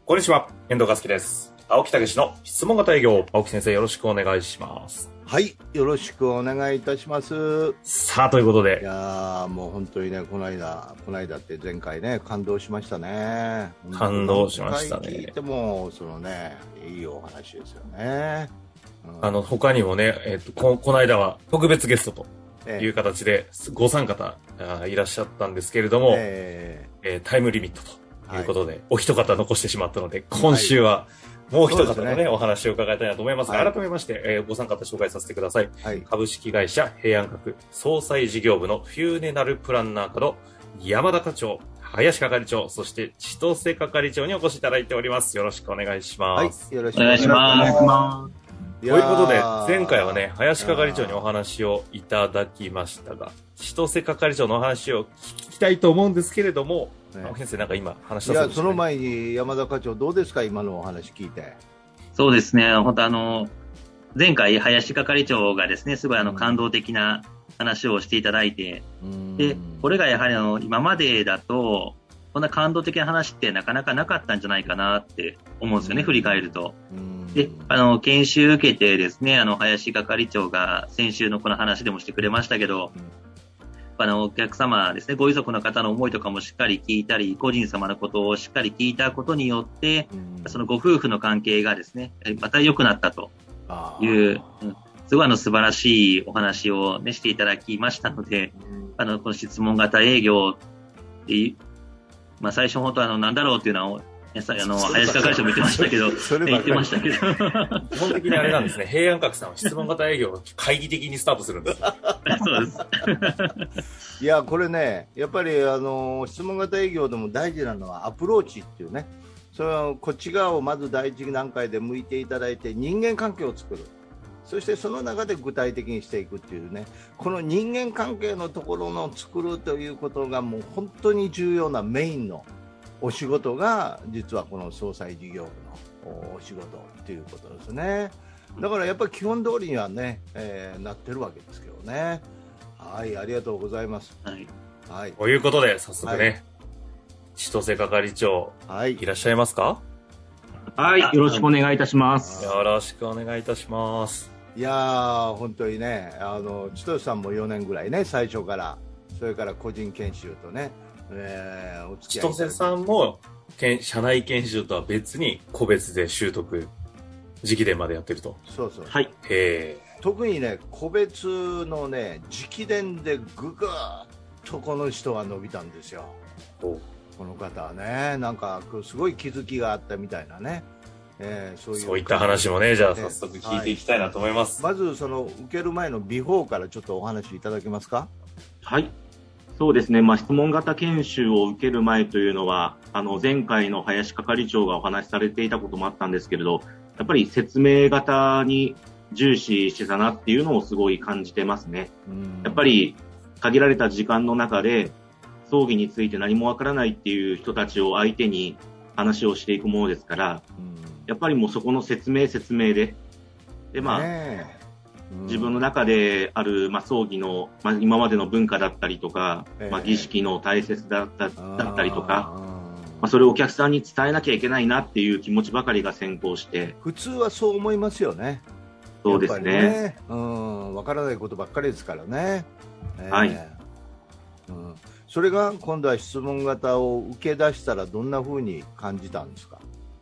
こんにちは、遠藤和樹です。青木武の質問型営業、青木先生よろしくお願いします。 はい、よろしくお願いいたします。 さあ、ということで。 いやもう本当にね、この間って前回ね、感動しましたね。 感動しましたね。 聞いても、そのね、いいお話ですよね。 他にもね、この間は特別ゲストという形で、ご参加いらっしゃったんですけれども、タイムリミットということで、お一方残してしまったので、今週は、もう一方のね、お話を伺いたいなと思いますが、改めまして、ご参加紹介させてください。株式会社平安閣総裁事業部のフューネラルプランナー課の山田課長、林係長、そして千歳係長にお越しいただいております。よろしくお願いします。 はい、よろしくお願いします。 ということで、前回はね、林係長にお話をいただきましたが、千歳係長のお話を聞きたいと思うんですけれども、青木先生、なんか今話したそうですね。 その前に山田課長、どうですか、今のお話聞いて。 そうですね、本当前回林係長がですね、すごい感動的な話をしていただいて、で、これがやはり今までだと、こんな感動的な話ってなかなかなかったんじゃないかなって思うんですよね、振り返ると。で、研修受けてですね、林係長が先週のこの話でもしてくれましたけど、お客様ですね、ご遺族の方の思いとかもしっかり聞いたり、個人様のことをしっかり聞いたことによって、そのご夫婦の関係がですね、また良くなったという、すごい素晴らしいお話をね、していただきましたので、この質問型営業っていう、最初本当なんだろうっていうのは、林係長も言ってましたけど、言ってましたけど。 基本的にあれなんですね、平安閣さんは質問型営業を会議的にスタートするんです。 そうです。 いや、これね、やっぱり質問型営業でも大事なのはアプローチっていうね、それはこっち側をまず第一段階で向いていただいて人間関係を作る。そしてその中で具体的にしていくっていうね、この人間関係のところの作るということがもう本当に重要なメインのお仕事が実はこの総裁事業部のお仕事ということですね。だからやっぱり基本通りにはね、なってるわけですけどね。はい、ありがとうございます。 はい。ということで早速ね、千歳係長、いらっしゃいますか？ はい、よろしくお願いいたします。 よろしくお願いいたします。 いやー、本当にね、千歳さんも4年ぐらいね、最初から、それから個人研修とね、お付き合い。 千歳さんも社内研修とは別に個別で習得直伝までやってると。 そうそう。 はい。 特にね、個別のね、直伝でぐぐーっとこの人は伸びたんですよ。この方はね、なんかすごい気づきがあったみたいなね。 そういった話もね、じゃあ早速聞いていきたいなと思います。 まずその受ける前のビフォーからちょっとお話いただけますか？ はい。そうですね、質問型研修を受ける前というのは、前回の林係長がお話しされていたこともあったんですけれど、やっぱり説明型に重視してたなっていうのをすごい感じてますね。やっぱり限られた時間の中で葬儀について何もわからないっていう人たちを相手に話をしていくものですから、やっぱりもうそこの説明で、自分の中である、葬儀の、今までの文化だったりとか、儀式の大切だったりとか、それをお客さんに伝えなきゃいけないなっていう気持ちばかりが先行して。 普通はそう思いますよね。 そうですね。 わからないことばっかりですからね。 はい。 それが今度は質問型を受け出したらどんな風に感じたんですか？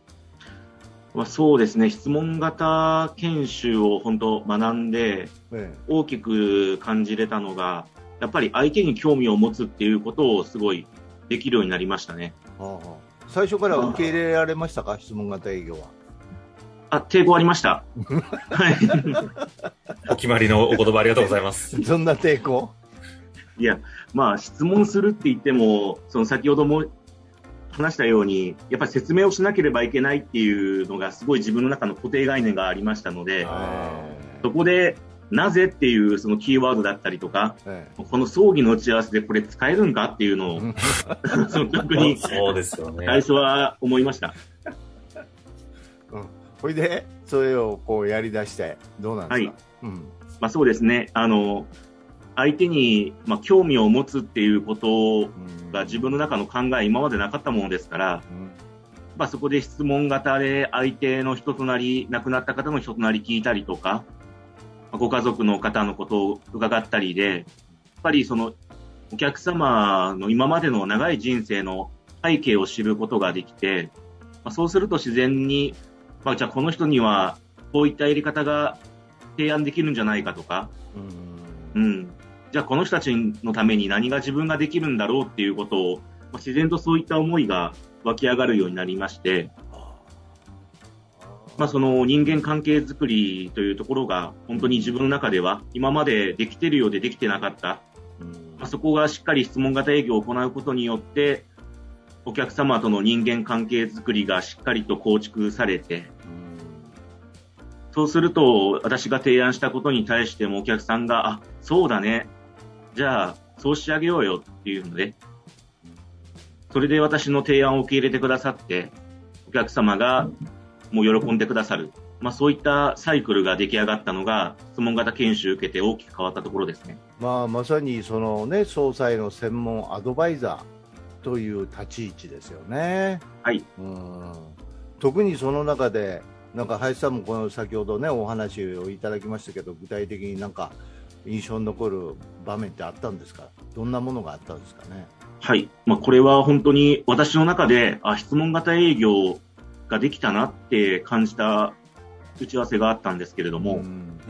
そうですね、質問型研修を本当学んで、大きく感じれたのが、やっぱり相手に興味を持つっていうことをすごいできるようになりましたね。 最初から受け入れられましたか？質問型営業は。 抵抗ありました。はい。 お決まりのお言葉ありがとうございます。 どんな抵抗？ いや、質問するって言っても、先ほども話したように、やっぱり説明をしなければいけないっていうのがすごい自分の中の固定概念がありましたので、そこでなぜっていうそのキーワードだったりとか、この葬儀の打ち合わせでこれ使えるんかっていうのを率直にそうですよね、 最初は思いました。 それでそれをこうやり出してどうなんですか？ そうですね、相手に、興味を持つっていうことが自分の中の考え今までなかったものですから、 そこで質問型で相手の人となり、亡くなった方の人となり聞いたりとか、ご家族の方のことを伺ったりで、やっぱりそのお客様の今までの長い人生の背景を知ることができて、そうすると自然に、じゃあこの人にはこういったやり方が提案できるんじゃないかとか、じゃあこの人たちのために何が自分ができるんだろうっていうことを、自然とそういった思いが湧き上がるようになりまして、その人間関係づくりというところが本当に自分の中では今までできているようでできてなかった、そこがしっかり質問型営業を行うことによってお客様との人間関係づくりがしっかりと構築されて、そうすると私が提案したことに対してもお客さんがそうだね、じゃあそう仕上げようよっていうので、それで私の提案を受け入れてくださってお客様がもう喜んでくださる、そういったサイクルが出来上がったのが質問型研修を受けて大きく変わったところですね。 まさにその、総裁の専門アドバイザーという立ち位置ですよね。 はい。 特にその中で林さんもこの先ほどお話をいただきましたけど、具体的に印象に残る場面ってあったんですか？どんなものがあったんですかね？ はい。これは本当に私の中で質問型営業ができたなって感じた打ち合わせがあったんですけれども、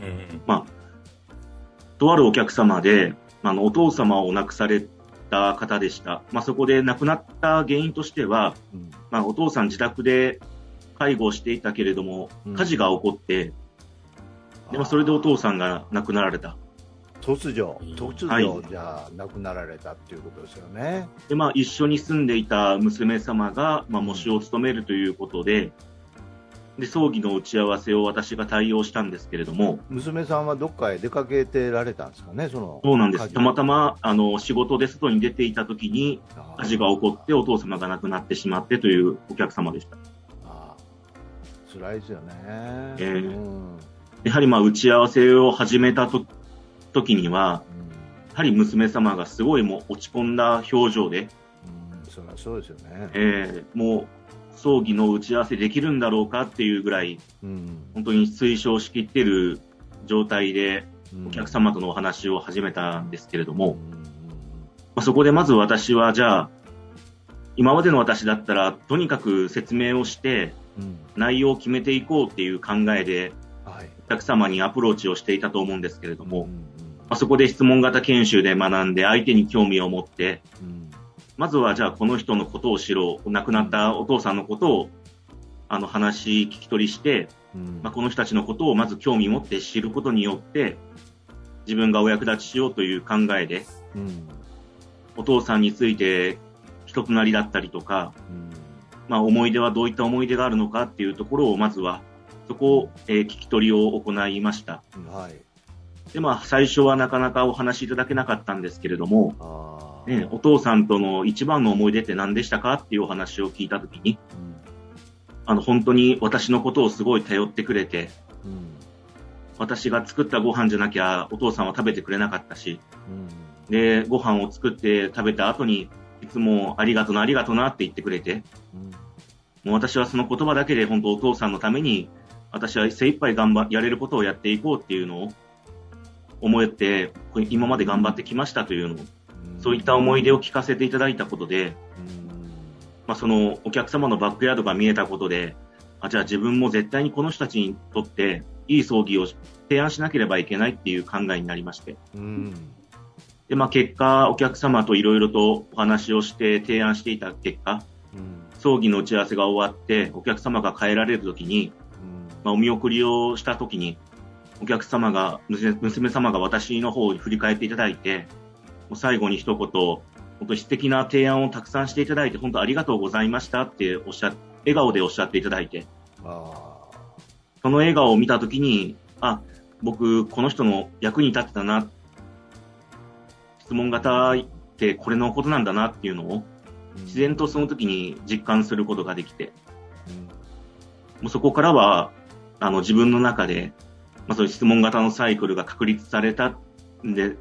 とあるお客様でお父様を亡くされた方でした。そこで亡くなった原因としては、お父さん自宅で介護をしていたけれども火事が起こって、でそれでお父さんが亡くなられた。 突如じゃあ亡くなられたっていうことですよね。 で一緒に住んでいた娘様が喪主を務めるということで、葬儀の打ち合わせを私が対応したんですけれども、 娘さんはどっかへ出かけてられたんですかね？ そうなんです。たまたま仕事で外に出ていた時に火事が起こってお父様が亡くなってしまってというお客様でした。 辛いですよね。 やはり打ち合わせを始めた時には、やはり娘様がすごいもう落ち込んだ表情で、 そりゃそうですよね。 もう葬儀の打ち合わせできるんだろうかっていうぐらい、本当に推奨しきっている状態でお客様とのお話を始めたんですけれども、そこでまず私はじゃあ今までの私だったらとにかく説明をして内容を決めていこうっていう考えでお客様にアプローチをしていたと思うんですけれども、そこで質問型研修で学んで相手に興味を持って、まずはじゃあこの人のことを知ろう、亡くなったお父さんのことを聞き取りして、この人たちのことをまず興味を持って知ることによって自分がお役立ちしようという考えで、お父さんについて人となりだったりとか、思い出はどういった思い出があるのかっていうところをまずはそこを、聞き取りを行いました。で最初はなかなかお話しいただけなかったんですけれども、お父さんとの一番の思い出って何でしたかっていうお話を聞いたときに、本当に私のことをすごい頼ってくれて、私が作ったご飯じゃなきゃお父さんは食べてくれなかったし、でご飯を作って食べた後にいつもありがとなありがとなって言ってくれて、もう私はその言葉だけで本当お父さんのために私は精一杯やれることをやっていこうっていうのを思って今まで頑張ってきましたというのを、そういった思い出を聞かせていただいたことで、そのお客様のバックヤードが見えたことで、じゃあ自分も絶対にこの人たちにとっていい葬儀を提案しなければいけないっていう考えになりまして、で結果お客様といろいろとお話をして提案していた結果、葬儀の打ち合わせが終わってお客様が帰られるときに、お見送りをしたときにお客様が娘様が私の方に振り返っていただいて、最後に一言、本当に素敵な提案をたくさんしていただいて本当ありがとうございましたって笑顔でおっしゃっていただいて、その笑顔を見たときに、僕この人の役に立ってたな、質問型ってこれのことなんだなっていうのを自然とその時に実感することができて、もうそこからは自分の中で、そういう質問型のサイクルが確立されたんで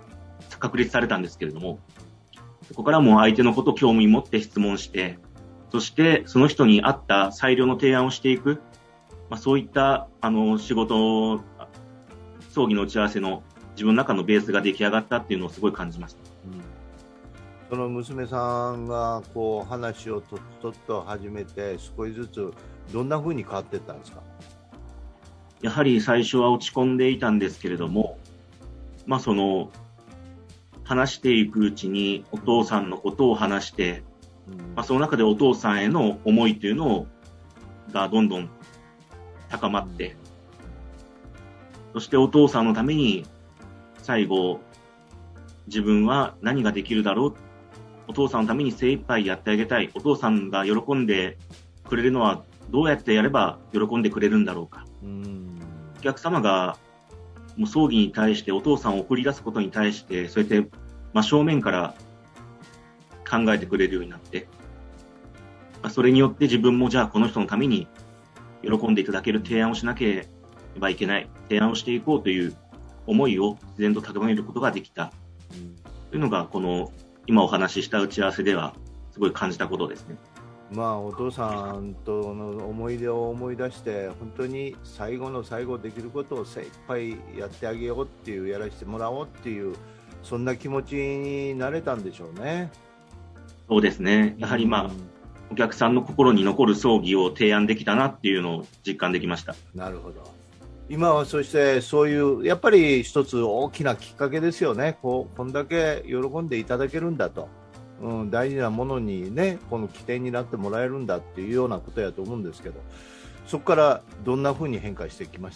確立されたんですけれども、そこからもう相手のことを興味持って質問して、 そしてその人に合った裁量の提案をしていく、そういった仕事、葬儀の打ち合わせの自分の中のベースが出来上がったっていうのをすごい感じました。 その娘さんがこう話をとっと始めて少しずつどんな風に変わっていったんですか？ やはり最初は落ち込んでいたんですけれども、その話していくうちにお父さんのことを話して、その中でお父さんへの思いというのがどんどん高まって、そしてお父さんのために最後自分は何ができるだろう、お父さんのために精一杯やってあげたい、お父さんが喜んでくれるのはどうやってやれば喜んでくれるんだろうか、お客様がもう葬儀に対してお父さんを送り出すことに対してそうやって正面から考えてくれるようになって、それによって自分もじゃあこの人のために喜んでいただける提案をしなければいけない、提案をしていこうという思いを自然と高めることができた、というのがこの今お話しした打ち合わせではすごい感じたことですね。 お父さんとの思い出を思い出して本当に最後の最後できることを精一杯やってあげようっていう、やらせてもらおうっていうそんな気持ちになれたんでしょうね。 そうですね。やはりお客さんの心に残る葬儀を提案できたなっていうのを実感できました。 なるほど。今はそしてそういうやっぱり一つ大きなきっかけですよね。こんだけ喜んでいただけるんだと、大事なものにね、この起点になってもらえるんだっていうようなことやと思うんですけど、そこからどんな風に変化してきました？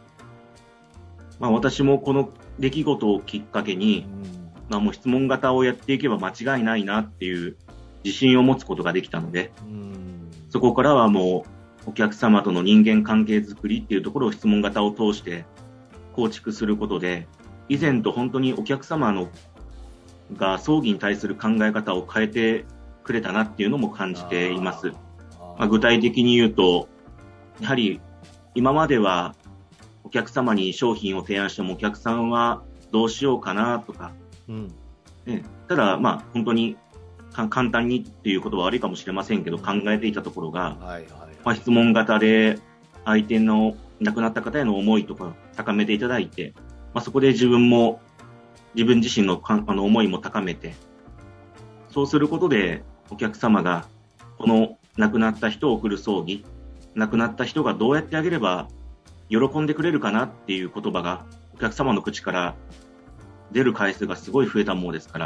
私もこの出来事をきっかけに、もう質問型をやっていけば間違いないなっていう自信を持つことができたので、そこからはもうお客様との人間関係づくりっていうところを質問型を通して構築することで、以前と本当にお客様が葬儀に対する考え方を変えてくれたなっていうのも感じています。具体的に言うと、やはり今まではお客様に商品を提案してもお客さんはどうしようかなとか、ただ本当に簡単にっていうことは悪いかもしれませんけど考えていたところが、質問型で相手の亡くなった方への思いとか高めていただいて、そこで自分自身の思いも高めて、そうすることでお客様がこの亡くなった人を送る葬儀、亡くなった人がどうやってあげれば喜んでくれるかなっていう言葉がお客様の口から出る回数がすごい増えたものですから、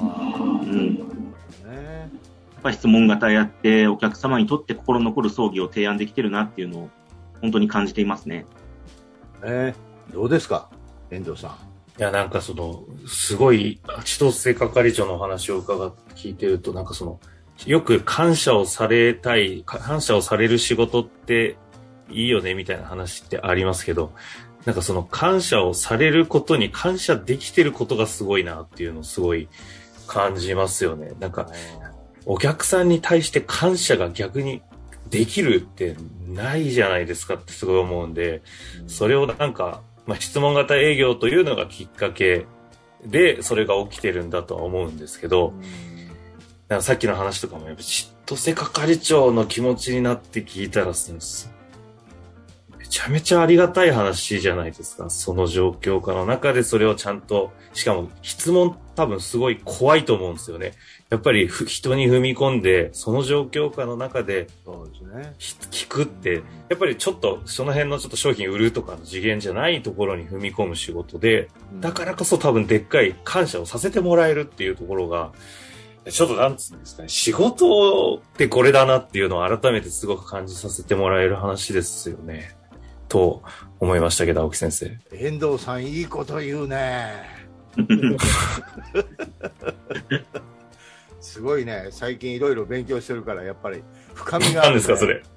やっぱり質問型やってお客様にとって心残る葬儀を提案できてるなっていうのを本当に感じていますね。 どうですか、遠藤さん。 いや、すごい千歳係長の話を聞いてると、よく感謝をされる仕事っていいよねみたいな話ってありますけど、感謝をされることに感謝できてることがすごいなっていうのをすごい感じますよね。お客さんに対して感謝が逆にできるってないじゃないですかってすごい思うんで、それを質問型営業というのがきっかけでそれが起きてるんだとは思うんですけど、さっきの話とかもやっぱ千歳係長の気持ちになって聞いたらめちゃめちゃありがたい話じゃないですか。その状況下の中でそれをちゃんと、しかも質問多分すごい怖いと思うんですよね。やっぱり人に踏み込んでその状況下の中で聞くって、やっぱりちょっとその辺のちょっと商品売るとかの次元じゃないところに踏み込む仕事で、だからこそ多分でっかい感謝をさせてもらえるっていうところが、ちょっとなんつうんですかね、仕事ってこれだなっていうのを改めてすごく感じさせてもらえる話ですよね。と思いましたけど、青木先生。 遠藤さん、いいこと言うね。すごいね。最近いろいろ勉強してるからやっぱり深みがある、ね。何ですかそれ。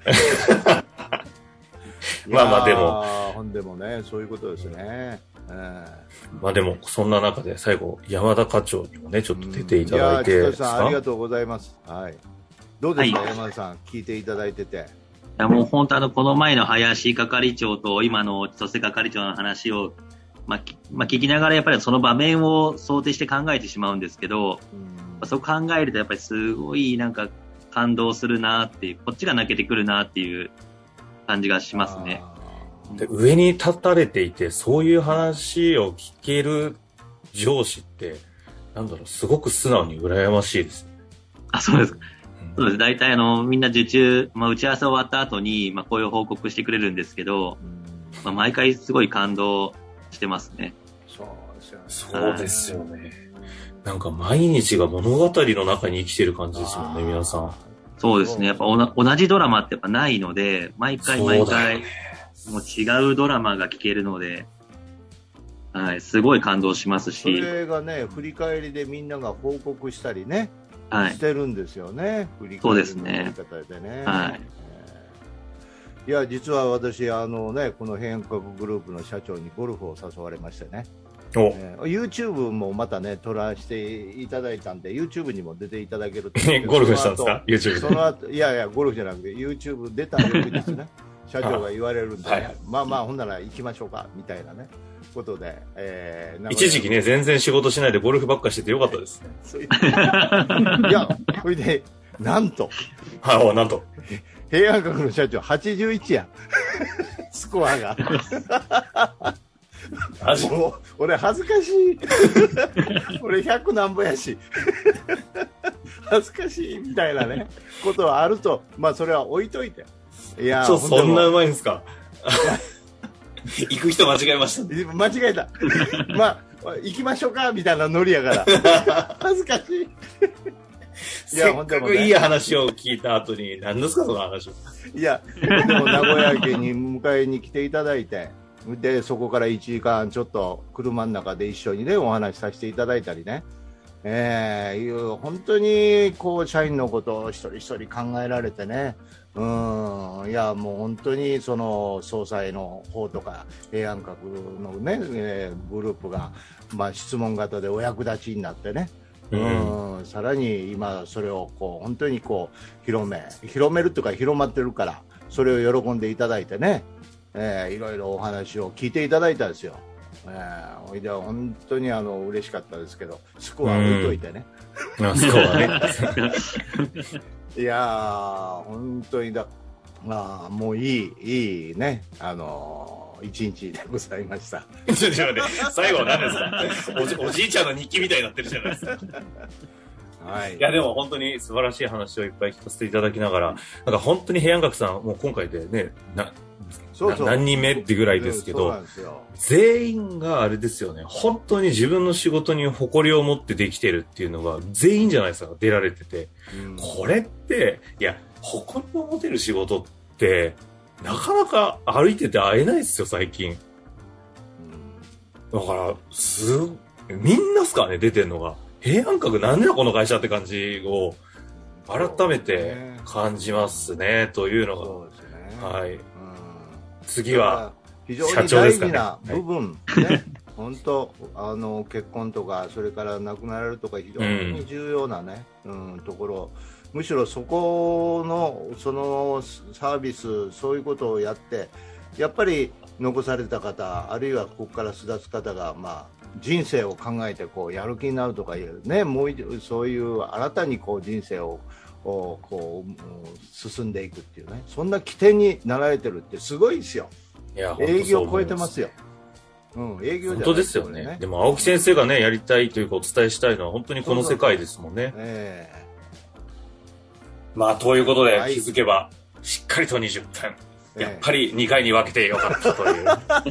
でも本でもね、そういうことですね。 でもそんな中で最後山田課長にもねちょっと出ていただいて、 千歳さんありがとうございます。どうですか、山田さん、聞いていただいてて。 もう本当この前の林係長と今の千歳係長の話を、聞きながらやっぱりその場面を想定して考えてしまうんですけど、そう考えるとやっぱりすごい感動するなっていう、こっちが泣けてくるなっていう感じがしますね。 で、上に立たれていて、そういう話を聞ける上司って、なんだろう、すごく素直に羨ましいです。 あ、そうですか。そうです。大体みんな受注、打ち合わせ終わった後に、こういう報告してくれるんですけど、毎回すごい感動してますね。 そうですよね。なんか毎日が物語の中に生きてる感じですもんね、皆さん。 そうですね。やっぱ同じドラマってやっぱないので、毎回、もう違うドラマが聞けるので、はい、すごい感動しますし。 それがね、振り返りでみんなが報告したりね、してるんですよね。振り返りのやり方でね。 はい。 いや、実は私、この変革グループの社長にゴルフを誘われましてね。YouTube もまたね、撮らせていただいたんで、YouTube にも出ていただけると。 ゴルフしたんですか ?YouTube その後、いや、ゴルフじゃなくて、YouTube 出た翌日ね、社長が言われるんで、ほんなら行きましょうか、みたいなね、ことで、 一時期ね、全然仕事しないでゴルフばっかしててよかったですね。 いや、それで、なんと。 なんと。 平安閣の社長81や。スコアが。もう俺恥ずかしい。俺100なんぼやし。恥ずかしいみたいなね、ことはあると、それは置いといて。いや、 そんなうまいんですか。行く人間違えました。 間違えた。行きましょうかみたいなノリやから。恥ずかしい。 せっかくいい話を聞いた後に、何ですかその話。 いや、でも名古屋家に迎えに来ていただいて、でそこから1時間ちょっと車の中で一緒にね、お話しさせていただいたりね、本当に社員のことを一人一人考えられてね、いやもう本当にその総裁の方とか平安閣のね、グループが質問型でお役立ちになってね。さらに今それを本当に広めるというか広まってるから、それを喜んでいただいてね、いろいろお話を聞いていただいたんですよ。で本当に嬉しかったですけど、スコア置いといてね。 スコアね。 いやー本当にもういいね、一日でございました。 ちょっと待って、最後は何ですか。おじいちゃんの日記みたいになってるじゃないですか。はい。いや、でも本当に素晴らしい話をいっぱい聞かせていただきながら、なんか本当に平安閣さん、もう今回でね、何人目ってぐらいですけど、全員があれですよね、本当に自分の仕事に誇りを持ってできてるっていうのが全員じゃないですか、出られてて。これって、いや、誇りを持てる仕事って、なかなか歩いてて会えないですよ、最近。だから、みんなっすかね、出てんのが。平安閣なんだこの会社って感じを、改めて感じますね、というのが。そうですね。はい。次は、社長ですかね。非常に大事な部分、ね。本当、結婚とか、それから亡くなられるとか、非常に重要なね、ところ。むしろそこのそのサービス、そういうことをやってやっぱり残された方、あるいはここから巣立つ方が、人生を考えてやる気になるとかいう、ね、もうそういう新たに人生を進んでいくっていうね、そんな起点になられてるってすごいですよ。いや、営業を超えてますよ。営業じゃないですよね。本当ですよね。 でも青木先生がね、やりたいというかお伝えしたいのは本当にこの世界ですもんね。ということで、気づけば、しっかりと20分。やっぱり2回に分けてよかったという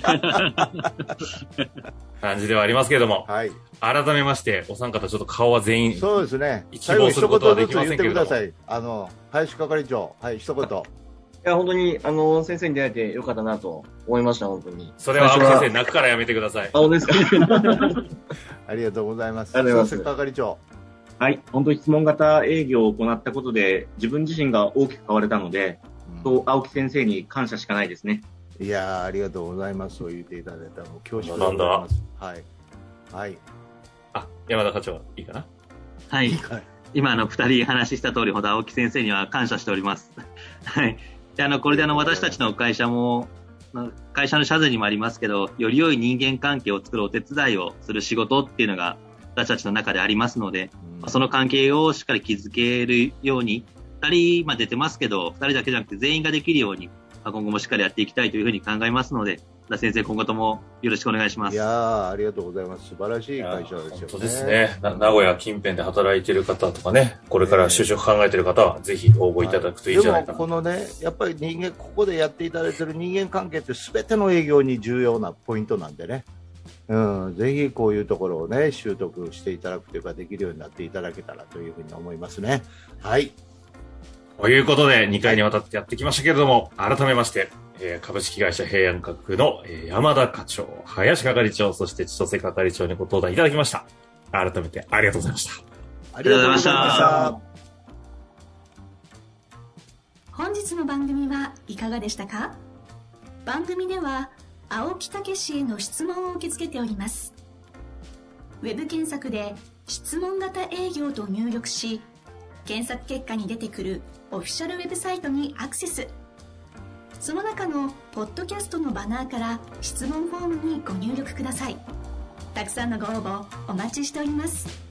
感じではありますけれども、はい、改めまして、お三方ちょっと顔は全員、 そうですね。 一望することはできませんけれども。 最後一言ずつ言ってください。林係長、はい、一言。いや、本当に、先生に出会えてよかったなと思いました、本当に。 それは青木先生、泣くからやめてください。 本当ですか。 ありがとうございます。 ありがとうございます。 係長。 はい、本当に質問型営業を行ったことで自分自身が大きく変われたので、青木先生に感謝しかないですね。 いや、ありがとうございます。そう言っていただいたの恐縮でございます。はいはい。 山田課長いいかな。 はい。今2人話した通りほど青木先生には感謝しております。はい。でこれで私たちの会社も会社の社税にもありますけど、より良い人間関係を作るお手伝いをする仕事っていうのが私たちの中でありますので、その関係をしっかり築けるように 2人、出てますけど、2人だけじゃなくて全員ができるように、今後もしっかりやっていきたいというふうに考えますので、先生、今後ともよろしくお願いします。 いやありがとうございます。素晴らしい会社ですよね。 本当ですね。名古屋近辺で働いている方とかね、これから就職考えている方は、ぜひ応募いただくといいんじゃないかな。 でも、このね、やっぱりここでやっていただいている人間関係って全ての営業に重要なポイントなんでね。ぜひこういうところをね、習得していただくというか、できるようになっていただけたらというふうに思いますね。はい。 ということで、2回にわたってやってきましたけれども、改めまして、株式会社平安科学の、山田課長、林係長、そして千歳係長にご登壇いただきました。改めてありがとうございました。 ありがとうございました。 本日の番組はいかがでしたか？番組では、青木武氏への質問を受け付けております。ウェブ検索で質問型営業と入力し、検索結果に出てくるオフィシャルウェブサイトにアクセス。その中のポッドキャストのバナーから質問フォームにご入力ください。たくさんのご応募お待ちしております。